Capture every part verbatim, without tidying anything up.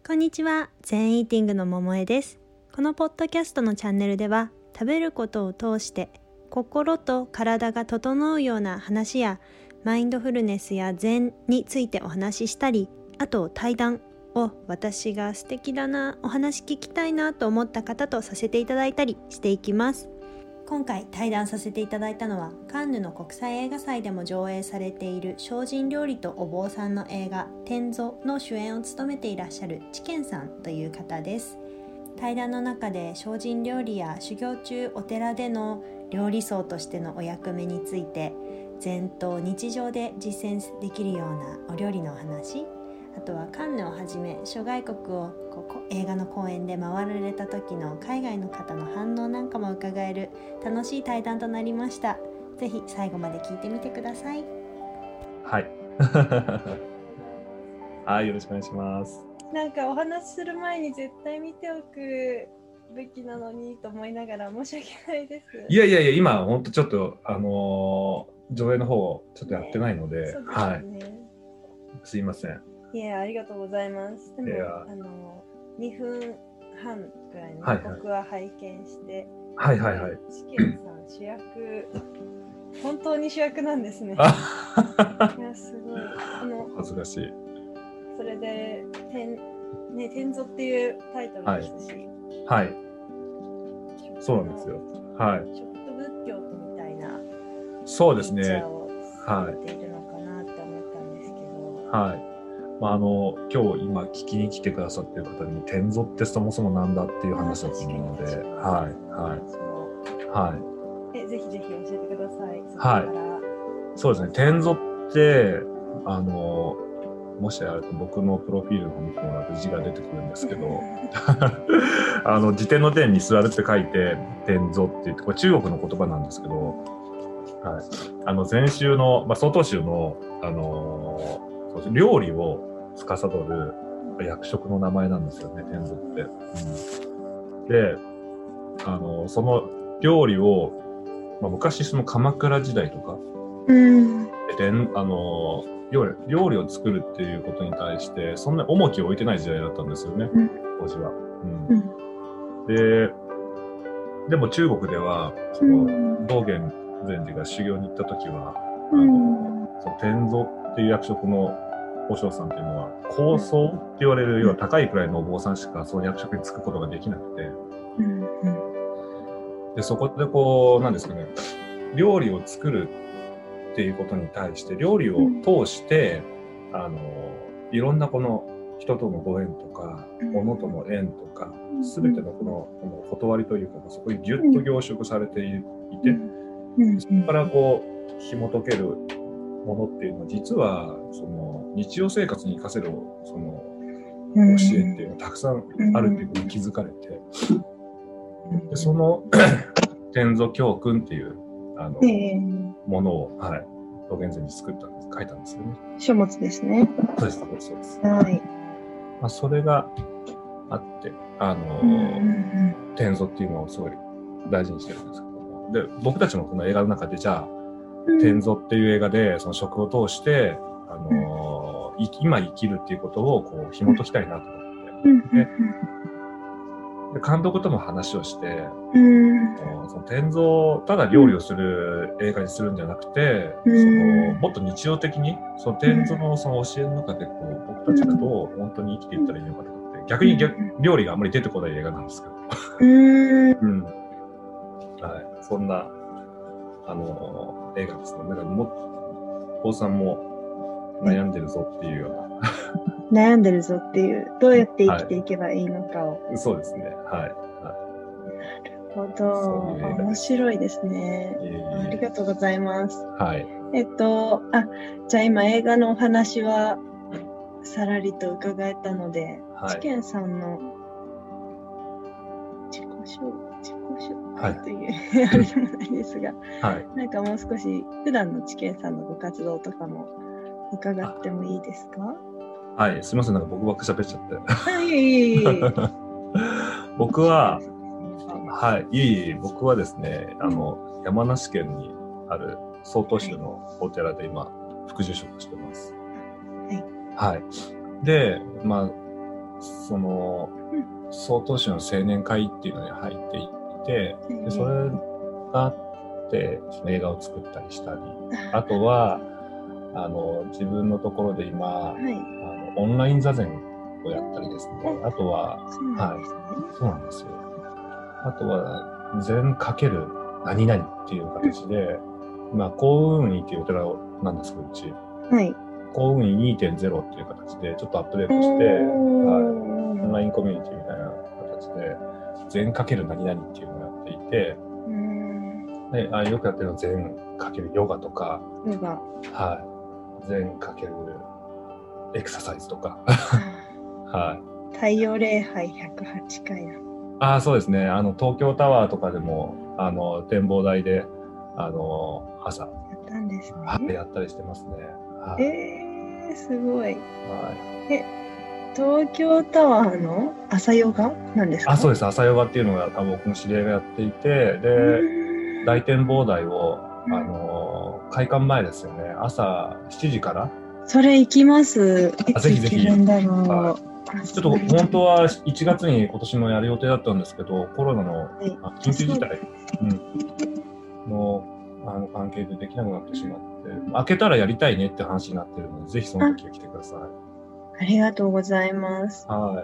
こんにちは、全イーティングの桃江です。このポッドキャストのチャンネルでは、食べることを通して心と体が整うような話やマインドフルネスや禅についてお話ししたり、あと対談を私が素敵だな、お話聞きたいなと思った方とさせていただいたりしていきます。今回対談させていただいたのは、カンヌの国際映画祭でも上映されている精進料理とお坊さんの映画天蔵の主演を務めていらっしゃる知見さんという方です。対談の中で精進料理や修行中お寺での料理僧としてのお役目について、禅と日常で実践できるようなお料理のお話、あとはカンヌをはじめ諸外国をここ映画の公演で回られた時の海外の方の反応なんかも伺える楽しい対談となりました。ぜひ最後まで聞いてみてください。 はいはい、よろしくお願いします。 なんかお話しする前に絶対見ておくべきなのにと思いながら申し訳ないです。 いやいやいや、今ほんとちょっとあのー、上映の方ちょっとやってないので、ね、そうですね、はい、すいません。 いや、ありがとうございます。でもあのにふんはんくらいの予告は拝見して、 はいはいはい。 知見さん主役、本当に主役なんですね。いや、すごい。あの恥ずかしい。 それで天ね、天蔵っていうタイトルですし、 はい、はい、そうなんですよ。はい。 食と仏教とみたいな、 そうですね。 はい。ているのかなって思ったんですけど、 はい。まあ、あの今日今聞きに来てくださっている方に天蔵ってそもそもなんだっていう話だと思うので、はいはいはい。 え、ぜひぜひ教えてください。 はい。そうですね。天蔵ってあのもしあると僕のプロフィールを見てもらうと字が出てくるんですけど、あの辞典の天に座るって書いて天蔵って言って、これ中国の言葉なんですけど、はい。あの禅宗の、まあ、曹洞宗のあのー料理を司る役職の名前なんですよね、天蔵って。うん、で、あのその料理を、まあ、昔その鎌倉時代とか、うん、であの料理料理を作るっていうことに対してそんな重きを置いてない時代だったんですよね、うん、当時は。うん、で、でも中国ではその道元禅師が修行に行った時は、うん、あのその天蔵っていう役職の和尚さんっていうのは高僧って言われるような高いくらいのお坊さんしかその役職に就くことができなくて、うんうん、でそこでこうなんですかね、料理を作るっていうことに対して料理を通して、うん、あのいろんなこの人とのご縁とか、うん、物との縁とか、すべてのこの、この断りというかそこにギュッと凝縮されていて、うん、そこからこう紐解けるものっていうのは実はその日常生活に生かせるその教えっていうのがたくさんあるっていうことに気づかれて、でその天蔵教訓っていうあの、えー、ものを、はい、道元禅師に作ったんです、書いたんですよね。 書物ですね。 そうです、そうです。 はい。 まあ、それがあって、あの、うんうん、天蔵っていうのをすごい大事にしてるんですけども、で僕たちもこの映画の中でじゃあ天蔵っていう映画でその食を通して、あのー、今生きるっていうことをこう紐解きたいなと思って、でで監督とも話をして、その天蔵ただ料理をする映画にするんじゃなくて、そのもっと日常的にその天蔵のその教えの中でこう僕たちがどう本当に生きていったらいいのかとかって、逆に逆料理があんまり出てこない映画なんですけど、うんはい、そんなあの映画ですね。だからも坊さんも悩んでるぞっていうような悩んでるぞっていう、どうやって生きていけばいいのかを、 はい、そうですね、はい、はい、 なるほど、うう面白いですね。いえいえ、ありがとうございます。 はい。 えっとあじゃあ今映画のお話はさらりと伺えたので、はい、知見さんの自己紹自己紹介という、はい、あれでもないですが、はい、なんかもう少し普段の知見さんのご活動とかも伺ってもいいですか？ はい、すみません、なんか僕ばっか喋っちゃって。 はい、いえいえいえ。 僕は、はい、いえいえ、僕はですね、あの、山梨県にある曹洞宗のお寺で今、副住職してます。はい。はい。で、まあ、 その、曹洞宗の青年会っていうのに入っていて、でそれがあって映画を作ったりしたり、あとはあの自分のところで今、はい、あのオンライン座禅をやったりですね、あとは、はい、そうなんですよ。あとは禅かける何々っていう形で、まあ幸運院っていうお寺なんですけど、うち、はい、幸運院 にてんゼロ っていう形でちょっとアップデートして、はい、オンラインコミュニティみたいな形で禅かける何々っていうのをやっていて、で、あよくやってるのは禅かけるヨガとか、ヨガ、はい、禅かけるエクササイズとか、はい。 太陽礼拝ひゃくはちかいだ。 ああ、そうですね。あの東京タワーとかでもあの展望台であの朝やったんですね。 はい、やったりしてますね。はい、 えー、すごい。はい。え、東京タワーの朝ヨガなんですか？ あ、そうです。朝ヨガっていうのが多分僕の知り合いがやっていて、で、大展望台をあの開館前ですよね。朝しちじから。 それ行きます。いつぜひぜひ。 行けるんだろう。 はい、ちょっと本当はいちがつに今年もやる予定だったんですけど、コロナの緊急事態、うん、のあの関係でできなくなってしまって、開けたらやりたいねって話になってるので、ぜひその時は来てください。 ありがとうございます。 はい。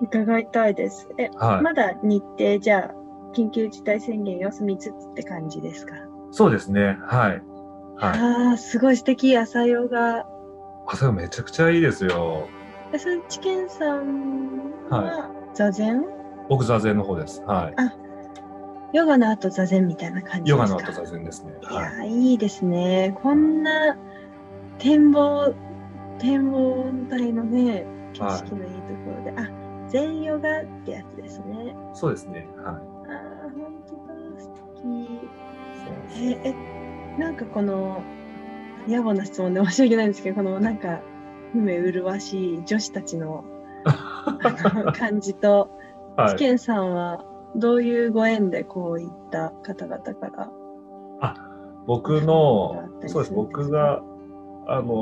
伺いたいです。え、はい、まだ日程じゃあ緊急事態宣言休みつつって感じですか？ そうですね。はい。 はい、ああ、すごい素敵。朝ヨガ。 朝ヨガめちゃくちゃいいですよ。 それ知見さんは座禅？ 僕座禅の方です。はい。 あ、ヨガの後座禅みたいな感じですか？ ヨガの後座禅ですね。 いや、はい、いいですね。こんな展望、展望台のね、景色のいいところで、はい、あ、禅ヨガってやつですね。 そうですね。はい。ああ、 本当だ、素敵。え、え、なんかこの、野暮な質問で申し訳ないんですけど、このなんか、夢麗しい女子たちの感じと、知見さんはどういうご縁でこういった方々から？ あ、僕の、そうです、僕が、あのー、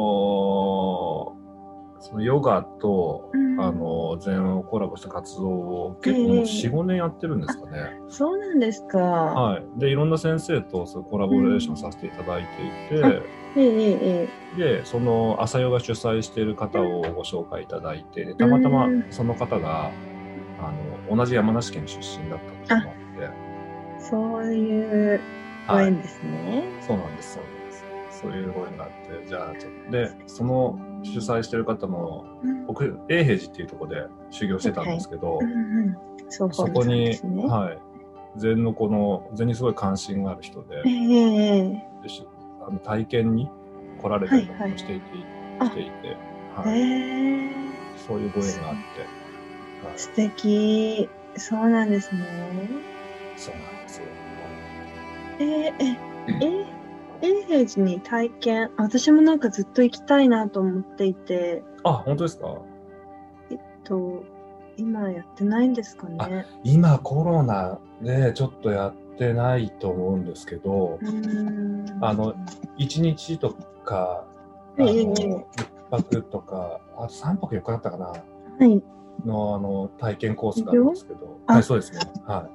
そのヨガと、うん、あの禅をコラボした活動を結構もうよん、ごねんやってるんですかね。 そうなんですか。 はい。で、いろんな先生とそうコラボレーションさせていただいていて、うんえええ、 で、その朝ヨガ主催している方をご紹介いただいて、たまたまその方が、あの同じ山梨県出身だったこともあって、 そういうご縁ですね。 はい、そうなんです、そうなんです。そういうご縁があって、じゃあちょっとで、その主催している方も、僕、永平寺っていうところで修行してたんですけど、はいうんうん、そ, そこに、ね、はい、禅のこの禅にすごい関心がある人で、えー、であの体験に来られたりとかしていて、はいはい、していて、はい、えー、そういうご縁があって、 はい、素敵、そうなんですね。 そうなんですよ。 えー、え、え、永平寺に体験、私もなんかずっと行きたいなと思っていて。 あ、本当ですか？ えっと、今やってないんですかね。 今コロナでちょっとやってないと思うんですけど、あの、いちにちとか、あの、いっぱくとか、あさんぱくよっかだったかな、はい、の、あの、体験コースがあるんですけど、はい、そうですね。はい。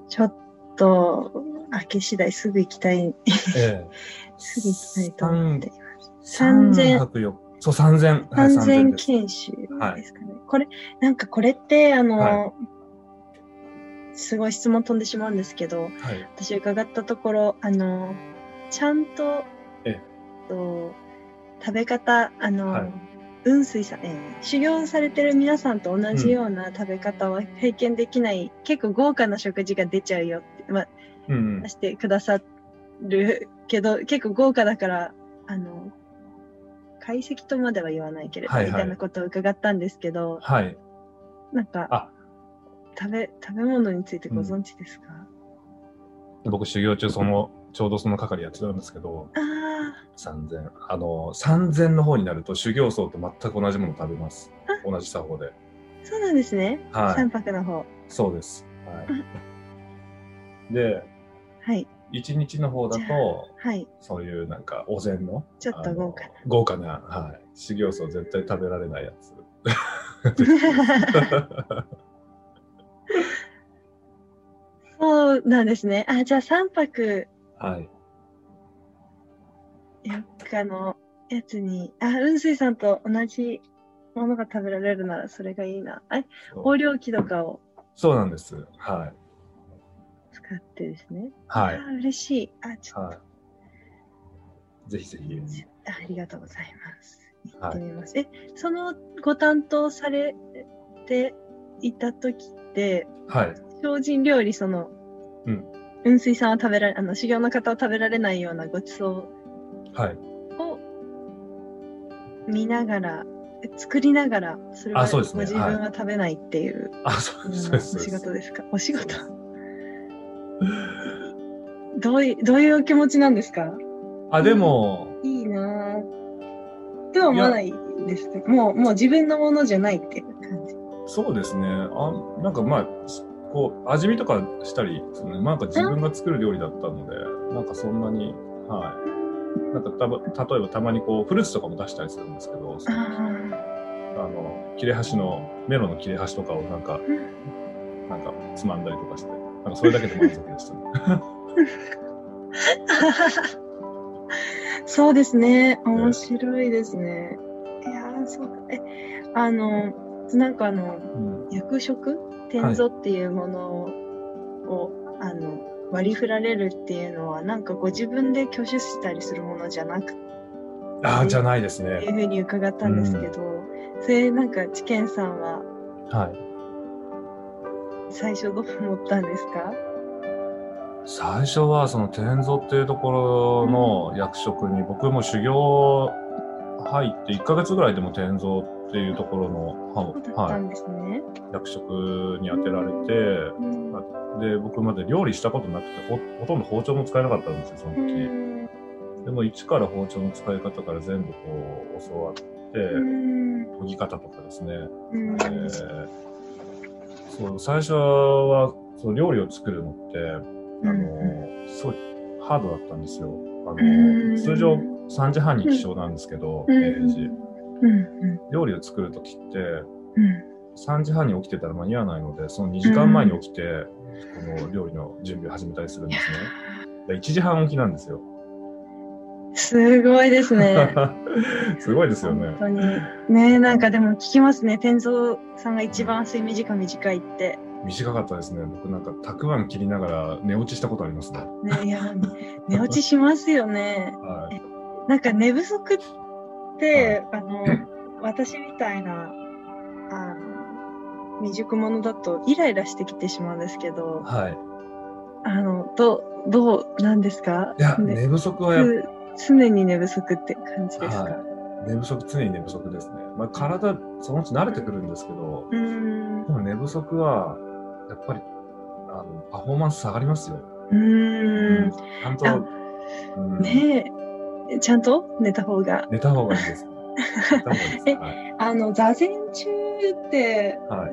ちょっと、開け次第すぐ行きたい。ええ、すぐ行きたいと思っています。さんぜん。 そう、さんぜん。 さんぜん研修ですかね。はい、これ、なんかこれって、あの、はい、すごい質問飛んでしまうんですけど、はい、私伺ったところ、あの、ちゃんと、ええと食べ方、あの、はい、雲水さん、えー、修行されてる皆さんと同じような食べ方は経験できない、うん、結構豪華な食事が出ちゃうよって、まあ、うんうん、してくださるけど、結構豪華だから、あの、解析とまでは言わないけれど、はいはい、みたいなことを伺ったんですけど、はい、なんか、食べ、食べ物についてご存知ですか？ うん、僕、修行中、その、ちょうどその係やってたんですけど、さんぜん。あの、さんぜんの方になると修行僧と全く同じものを食べます。同じ作法で。 そうなんですね。はい。さんぱくの方。 そうです。はい。で、はい。いちにちの方だと、はい。そういうなんかお膳の、 ちょっと豪華な。 豪華な、はい。修行僧絶対食べられないやつ。 そうなんですね。あ、じゃあさんぱくはい。 よっかのやつに、あ、雲水さんと同じものが食べられるならそれがいいな。え、 そう横領器とかをそうなんです。はい。 使ってですね。 はい。 いやー、嬉しい。あ、ちょっはい。ぜひぜひ。 と、あありがとうございます。行はい。 ってみます。え、そのご担当されていた時って、 はい。 精進料理、その、 うん。 雲水さんは食べられ、あの、修行の方は食べられないようなごちそうはい。 を見ながら、作りながら、それあ、 はそうですね。 ご自はい。 分は食べないっていうあ、そうです。そうです。 ようなお仕そうです。 事ですか？お仕事そうですどういう、どういうお気持ちなんですか？ あ、でも、 いいなぁ。とはいや、 思わないですか？もう、もう自分のものじゃないっていう感じ。 そうですね。あ、なんかまあ、こう、味見とかしたり、そのなんか自分が作る料理だったので、なんかそんなに、はい。なんかたぶ例えばたまにこう、フルーツとかも出したりするんですけど、そのあの、切れ端の、メロンの切れ端とかをなんか、なんかつまんだりとかして、なんかそれだけで満足でしたね。 そうですね。面白いですね。いやー、そうか。え、あの、なんかあの、 うん、 役職天蔵っていうものを、はい、あの、割り振られるっていうのは、なんかご自分で挙手したりするものじゃなくて、 ああ、じゃないですね。 っていうふうに伺ったんですけど、うん、それなんか、知見さんは、 はい。 最初どう思ったんですか？ 最初はその天蔵っていうところの役職に、僕も修行入っていっかげつぐらいでも天蔵っていうところの、 はい、 役職に当てられて、うん、で、僕まで料理したことなくて ほ, ほとんど包丁も使えなかったんですよ、その時。でも一から包丁の使い方から全部こう教わって、研ぎ方とかですね。えー、そう最初はその料理を作るのって、あの、すごいハードだったんですよ。あの、通常さんじはんに起床なんですけど、平時。料理を作るときって、さんじはんに起きてたら間に合わないので、そのにじかんまえに起きて、この料理の準備を始めたりするんですね。いちじはん起きなんですよ。 すごいですね。 すごいですよね。 本当に。ねえ、なんかでも聞きますね。天蔵さんが一番睡眠時間短いって。 短かったですね。僕なんか、たくあん切りながら寝落ちしたことありますね。 ねいや、寝落ちしますよね。はい、なんか寝不足って、はい、あの、私みたいな、あの、未熟者だとイライラしてきてしまうんですけど、はい。あの、どう、どうなんですか？ いや、寝不足はやっ常に寝不足って感じですか？はい、 寝不足、常に寝不足ですね。まあ、体、そのうち慣れてくるんですけど、うん、でも寝不足は、やっぱり、あの、パフォーマンス下がりますよ。 うーん。うん、ちゃんと、うん、ねえ、ちゃんと寝た方が。 寝た方がいいです。寝た方がいいです。 え、はい、あの、座禅中って、はい。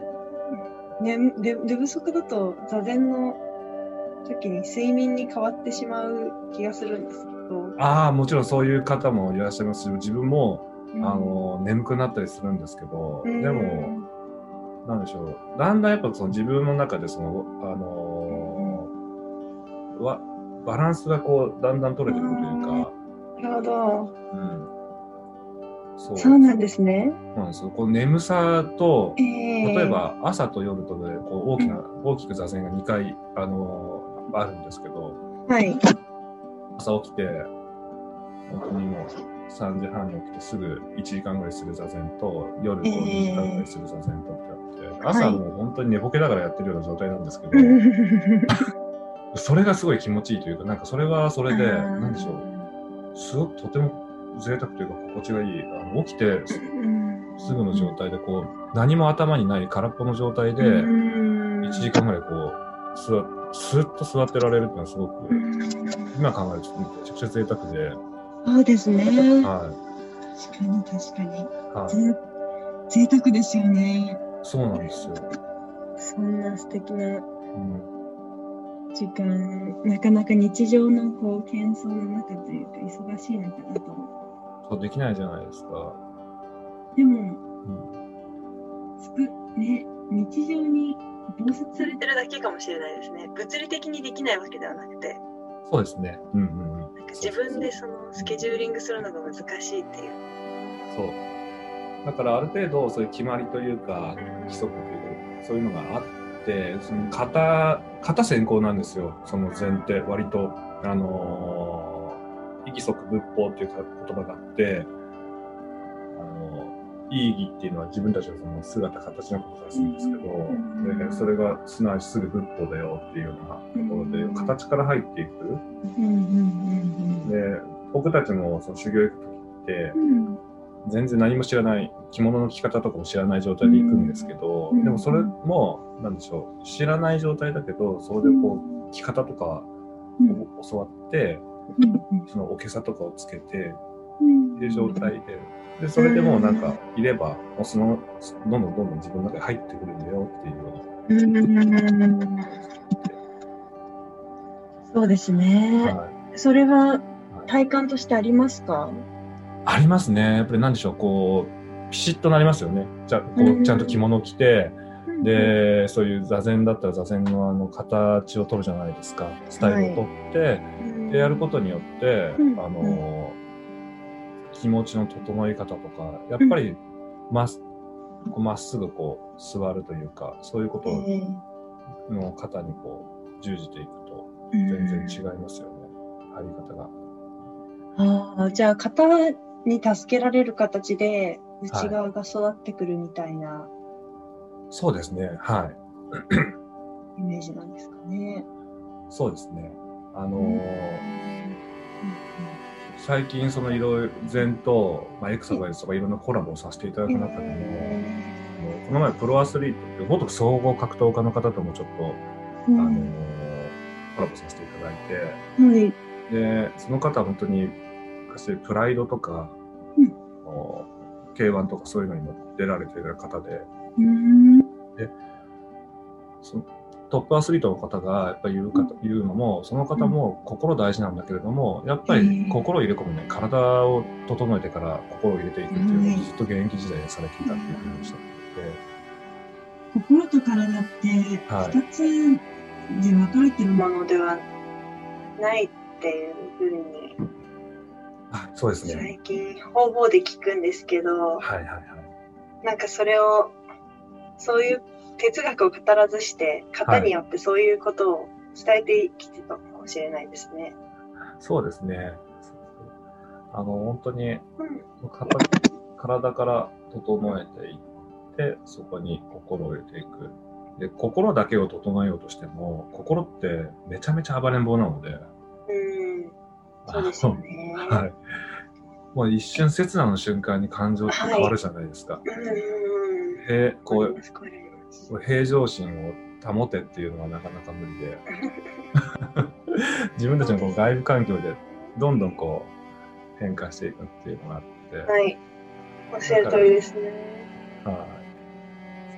ね、寝不足だと座禅の時に睡眠に変わってしまう気がするんですけど。 ああ、もちろんそういう方もいらっしゃいますし、自分も、うん、あの、眠くなったりするんですけど、うん、でも、なんでしょう。だんだんやっぱその自分の中でその、あのー、わ、バランスがこう、だんだん取れてくるというか。 なるほど。 うん。 そう。そうなんですね。 そうなんですよ。こう眠さと、えー、例えば朝と夜とでこう大きな、うん、大きく座禅がにかい、あのー、あるんですけど、はい。朝起きて、本当にもうさんじはんに起きてすぐいちじかんぐらいする座禅と、夜こうにじかんぐらいする座禅とってあって、えー、朝はもう本当に寝ぼけながらやってるような状態なんですけど、はい、それがすごい気持ちいいというか、なんかそれはそれで、なんでしょう、すごくとても贅沢というか心地がいい。あの起きてすぐの状態でこう何も頭にない空っぽの状態でいちじかんぐらいこうすスッと座ってられるっていうのはすごく今考えるとめちゃくちゃ贅沢で。 そうですね。 はい。 確かに確かに。はい、贅沢ですよね。 そうなんですよ。 そんな素敵な。うん時間、なかなか日常のこう喧騒の中というか忙しいのかなと思う。 そうできないじゃないですか。 でも、 つくね、日常に包摂されてるだけかもしれないですね。物理的にできないわけではなくて。 そうですね。うんうんうん。 なんか自分でそのスケジューリングするのが難しいっていう。 そう。だからある程度そういう決まりというか、規則というか、そういうのがあって、その型、型先行なんですよ。その前提、割と。あのー、意義則仏法っていう言葉があって、あのー、意義っていうのは自分たちのその姿、形のことを指すんですけど、でそれがすなわちすぐ仏法だよっていうようなところで、形から入っていく。で、僕たちもその修行行くときって、全然何も知らない、着物の着方とかも知らない状態で行くんですけど、でもそれも、なんでしょう、知らない状態だけど、それでこう、着方とかを教わって、そのおけさとかをつけて、っていう状態で、で、それでもうなんか、いれば、もうその、どんどんどんどん自分の中に入ってくるんだよっていうような。 そうですね。はい、それは体感としてありますか？ ありますね。やっぱりなんでしょう、こう、ピシッとなりますよね。じゃこうちゃんと着物を着て、で、そういう座禅だったら座禅のあの形を取るじゃないですか。スタイルを取って、はい、で、やることによって、あの、気持ちの整え方とか、やっぱりまっ、まっすぐこう座るというか、そういうことの方にこう従事ていくと全然違いますよね、入り方が。 ああ、じゃあ型に助けられる形で内側が育ってくるみたいな、はい、 そうですね、はいイメージなんですかね。 そうですね。あのーうんうん、最近そのいろいろ禅と、まあ、エクササイズとかいろんなコラボをさせていただく中でも、えー、この前プロアスリートっていう元総合格闘家の方ともちょっと、うん、あのー、コラボさせていただいて、はい、でその方は本当にプライドとか、うん、ケーワン とかそういうのにも出られている方で、うん、でそのトップアスリートの方がやっぱり言う方、言うのも、その方も心大事なんだけれども、やっぱり心を入れ込むね、体を整えてから心を入れていくっていうのをずっと現役時代にされていたっていうふうにおっしゃっていて、心と体って二つで分かれてるものではないっていうふうに、あ、そうですね。最近方々で聞くんですけど、はいはいはい。なんかそれをそういう哲学を語らずして型によってそういうことを伝えてきてたかもしれないですね。はい、そうですね。あの本当に、うん、体から整えていってそこに心を入れていく。で、心だけを整えようとしても心ってめちゃめちゃ暴れん坊なので。うん。そうですよね。はい。もう一瞬刹那の瞬間に感情って変わるじゃないですか。はい、うん。へこう。平常心を保てっていうのはなかなか無理で自分たちのこの外部環境でどんどんこう変化していくっていうのがあって、はい、おっしゃる通りですね。はい、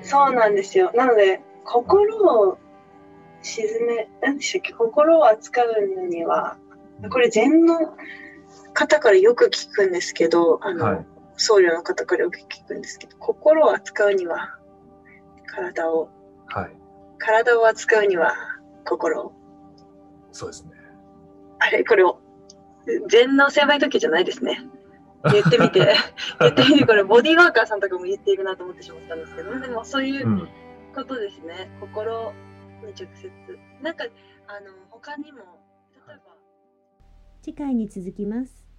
そうなんですよ。なので心を沈め、何でしたっけ、心を扱うには、これ禅の方からよく聞くんですけど、あの、はい、僧侶の方からよく聞くんですけど、心を扱うには体を、はい、体を扱うには心を。そうですね。あれこれを禅の専売特許じゃないですね。言ってみて言ってみてこれボディーワーカーさんとかも言っているなと思ってしまったんですけど、でもそういうことですね。うん、心に直接なんかあの他にも例えば次回に続きます。